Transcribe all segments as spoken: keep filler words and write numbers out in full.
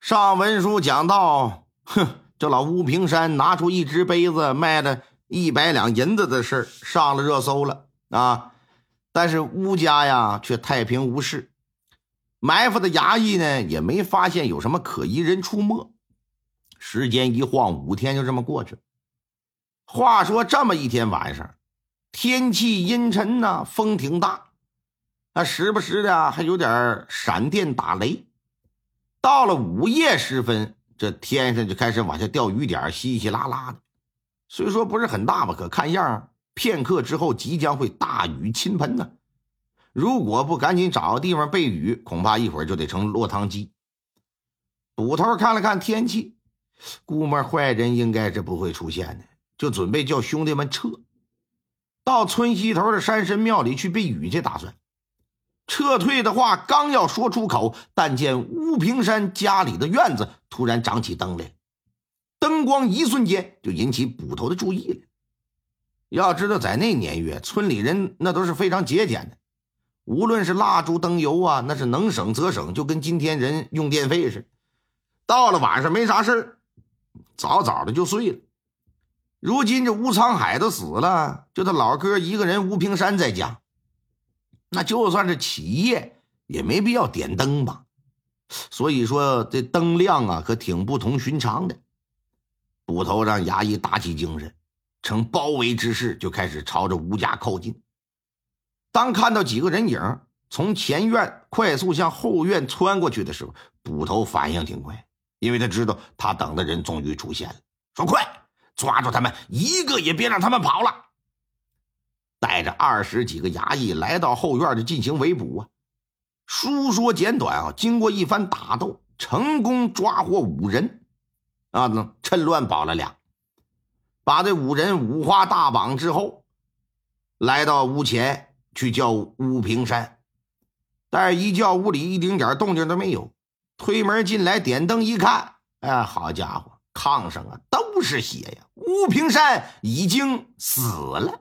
上文书讲到，哼，这老吴平山拿出一只杯子卖了一百两银子的事上了热搜了啊！但是吴家呀却太平无事，埋伏的衙役呢也没发现有什么可疑人出没。时间一晃，五天就这么过去了。话说这么一天晚上，天气阴沉呐、啊，风挺大，那时不时的还有点闪电打雷。到了午夜时分，这天上就开始往下掉雨点，稀稀拉拉的。虽说不是很大吧，可看样片刻之后即将会大雨倾盆呢。如果不赶紧找个地方避雨，恐怕一会儿就得成落汤鸡。捕头看了看天气，估摸坏人应该是不会出现的，就准备叫兄弟们撤，到村西头的山神庙里去避雨去打算。撤退的话刚要说出口，但见乌平山家里的院子突然长起灯来，灯光一瞬间就引起捕头的注意了。要知道在那年月，村里人那都是非常节俭的，无论是蜡烛灯油啊，那是能省则省，就跟今天人用电费似的。到了晚上没啥事早早的就睡了。如今这吴沧海都死了，就他老哥一个人吴平山在家，那就算是起夜也没必要点灯吧。所以说这灯亮啊可挺不同寻常的。捕头让衙役打起精神，呈包围之势就开始朝着吴家靠近。当看到几个人影从前院快速向后院穿过去的时候，捕头反应挺快，因为他知道他等的人终于出现了，说快抓住他们，一个也别让他们跑了。带着二十几个衙役来到后院就进行围捕啊。书说简短啊，经过一番打斗，成功抓获五人啊，趁乱保了俩。把这五人五花大绑之后，来到屋前去叫吴平山，但是一叫屋里一丁点动静都没有。推门进来点灯一看，哎，好家伙，炕上啊都是血呀！吴平山已经死了。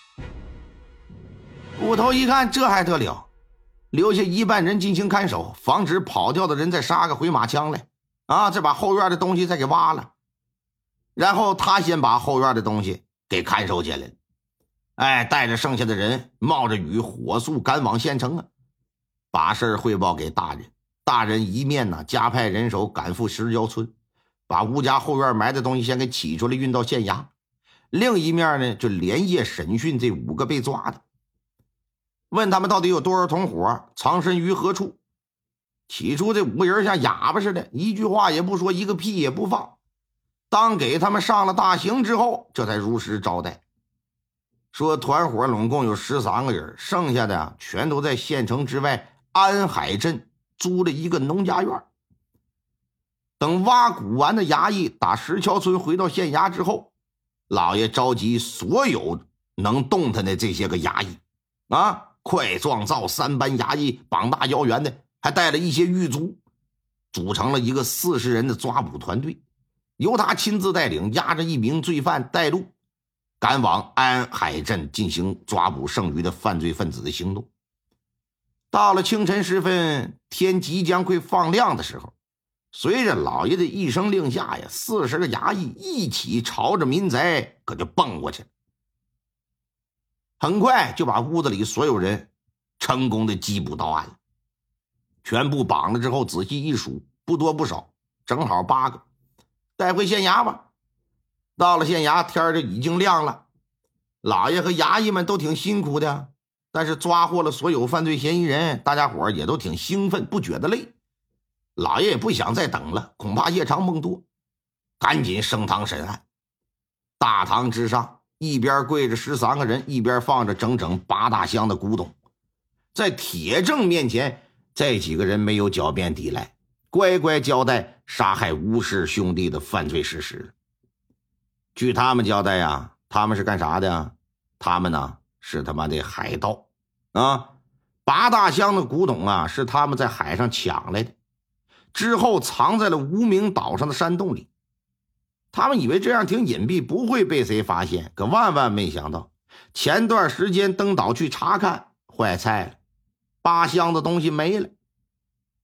捕头一看，这还得了，留下一半人进行看守，防止跑掉的人再杀个回马枪来啊！再把后院的东西再给挖了，然后他先把后院的东西给看守起来了。哎，带着剩下的人冒着雨火速赶往县城啊，把事汇报给大人。大人一面呢加派人手赶赴石礁村，把吴家后院埋的东西先给起出来运到县衙，另一面呢就连夜审讯这五个被抓的，问他们到底有多少同伙，藏身于何处。起初这五个人像哑巴似的，一句话也不说，一个屁也不放。当给他们上了大刑之后，这才如实招待，说团伙拢共有十三个人，剩下的啊全都在县城之外安海镇租了一个农家院。等挖谷完的衙役打石桥村回到县衙之后，老爷召集所有能动弹的这些个衙役啊，快壮造三班衙役，膀大腰圆的，还带了一些狱卒，组成了一个四十人的抓捕团队，由他亲自带领，押着一名罪犯带路，赶往安海镇进行抓捕剩余的犯罪分子的行动。到了清晨时分，天即将会放亮的时候，随着老爷的一声令下呀，四十个衙役一起朝着民宅可就蹦过去了。很快就把屋子里所有人成功的缉捕到案了。全部绑了之后，仔细一数，不多不少，正好八个，带回县衙吧。到了县衙，天就已经亮了，老爷和衙役们都挺辛苦的，但是抓获了所有犯罪嫌疑人，大家伙也都挺兴奋，不觉得累。老爷也不想再等了，恐怕夜长梦多，赶紧升堂审案。大堂之上，一边跪着十三个人，一边放着整整八大箱的古董。在铁证面前，这几个人没有狡辩抵赖，乖乖交代杀害吴氏兄弟的犯罪事实。据他们交代啊，他们是干啥的？他们呢是他妈的海盗啊！八大箱的古董啊，是他们在海上抢来的，之后藏在了无名岛上的山洞里。他们以为这样挺隐蔽，不会被谁发现，可万万没想到，前段时间登岛去查看，坏菜了，八箱的东西没了。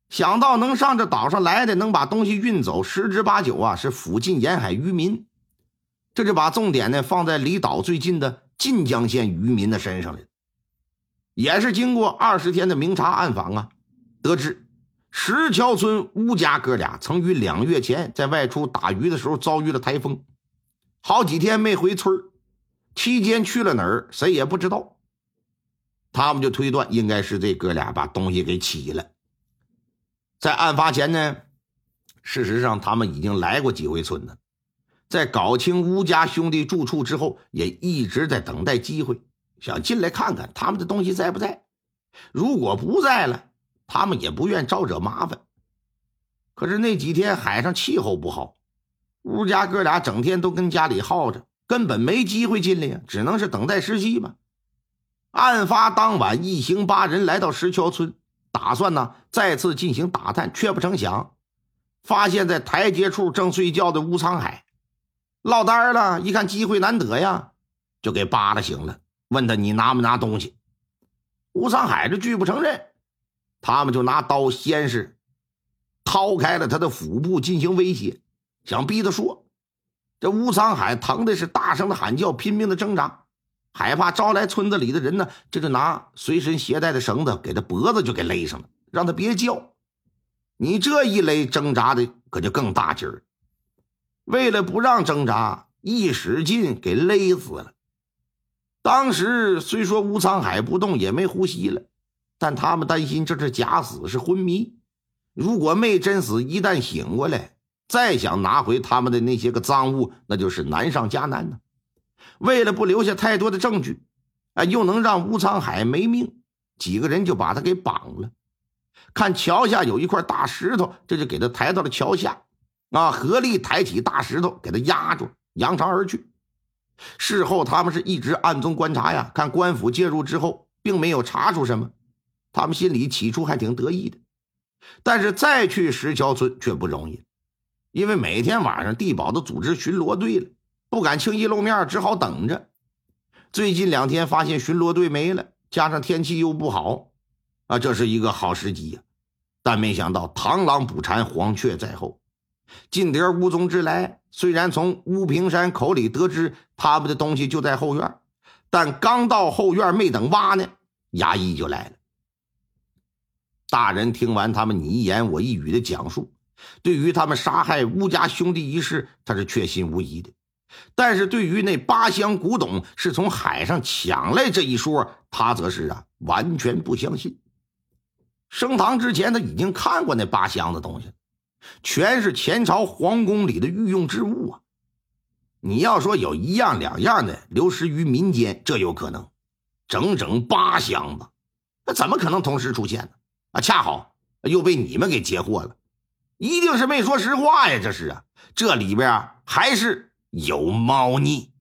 想到能上这岛上来的，能把东西运走，十之八九啊是附近沿海渔民。这就把重点呢放在离岛最近的晋江县渔民的身上了。也是经过二十天的明察暗访啊，得知石桥村乌家哥俩曾于两月前在外出打鱼的时候遭遇了台风，好几天没回村，期间去了哪儿谁也不知道。他们就推断应该是这哥俩把东西给起了。在案发前呢，事实上他们已经来过几回村了，在搞清乌家兄弟住处之后，也一直在等待机会，想进来看看他们的东西在不在。如果不在了，他们也不愿招惹麻烦。可是那几天海上气候不好，乌家哥俩整天都跟家里耗着，根本没机会进来呀，只能是等待时机吧。案发当晚，一行八人来到石桥村，打算呢再次进行打探，却不成想发现在台阶处正睡觉的吴沧海。落单了，一看机会难得呀，就给扒拉醒了，问他你拿没拿东西。吴沧海这拒不承认，他们就拿刀先是掏开了他的腹部进行威胁，想逼他说。这吴沧海疼的是大声的喊叫，拼命的挣扎，害怕招来村子里的人呢，这就拿随身携带的绳子给他脖子就给勒上了，让他别叫。你这一勒，挣扎的可就更大劲儿。为了不让挣扎，一使劲给勒死了。当时虽说吴沧海不动也没呼吸了，但他们担心这是假死，是昏迷。如果没真死，一旦醒过来，再想拿回他们的那些个赃物，那就是难上加难呢。为了不留下太多的证据，啊，又能让吴沧海没命，几个人就把他给绑了。看桥下有一块大石头，这就给他抬到了桥下，啊，合力抬起大石头给他压住，扬长而去。事后他们是一直暗中观察呀，看官府介入之后并没有查出什么，他们心里起初还挺得意的。但是再去石桥村却不容易，因为每天晚上地保都组织巡逻队了，不敢轻易露面，只好等着。最近两天发现巡逻队没了，加上天气又不好啊，这是一个好时机呀。但没想到螳螂捕蝉，黄雀在后，进得无踪之来。虽然从乌平山口里得知他们的东西就在后院，但刚到后院没等挖呢，衙役就来了。大人听完他们你一言我一语的讲述，对于他们杀害乌家兄弟一事他是确信无疑的，但是对于那八箱古董是从海上抢来这一说，他则是啊完全不相信。升堂之前他已经看过那八箱的东西，全是前朝皇宫里的御用之物啊。你要说有一样两样的流失于民间，这有可能，整整八箱子，那怎么可能同时出现呢？啊，恰好又被你们给截获了，一定是没说实话呀，这是啊，这里边啊还是有猫腻。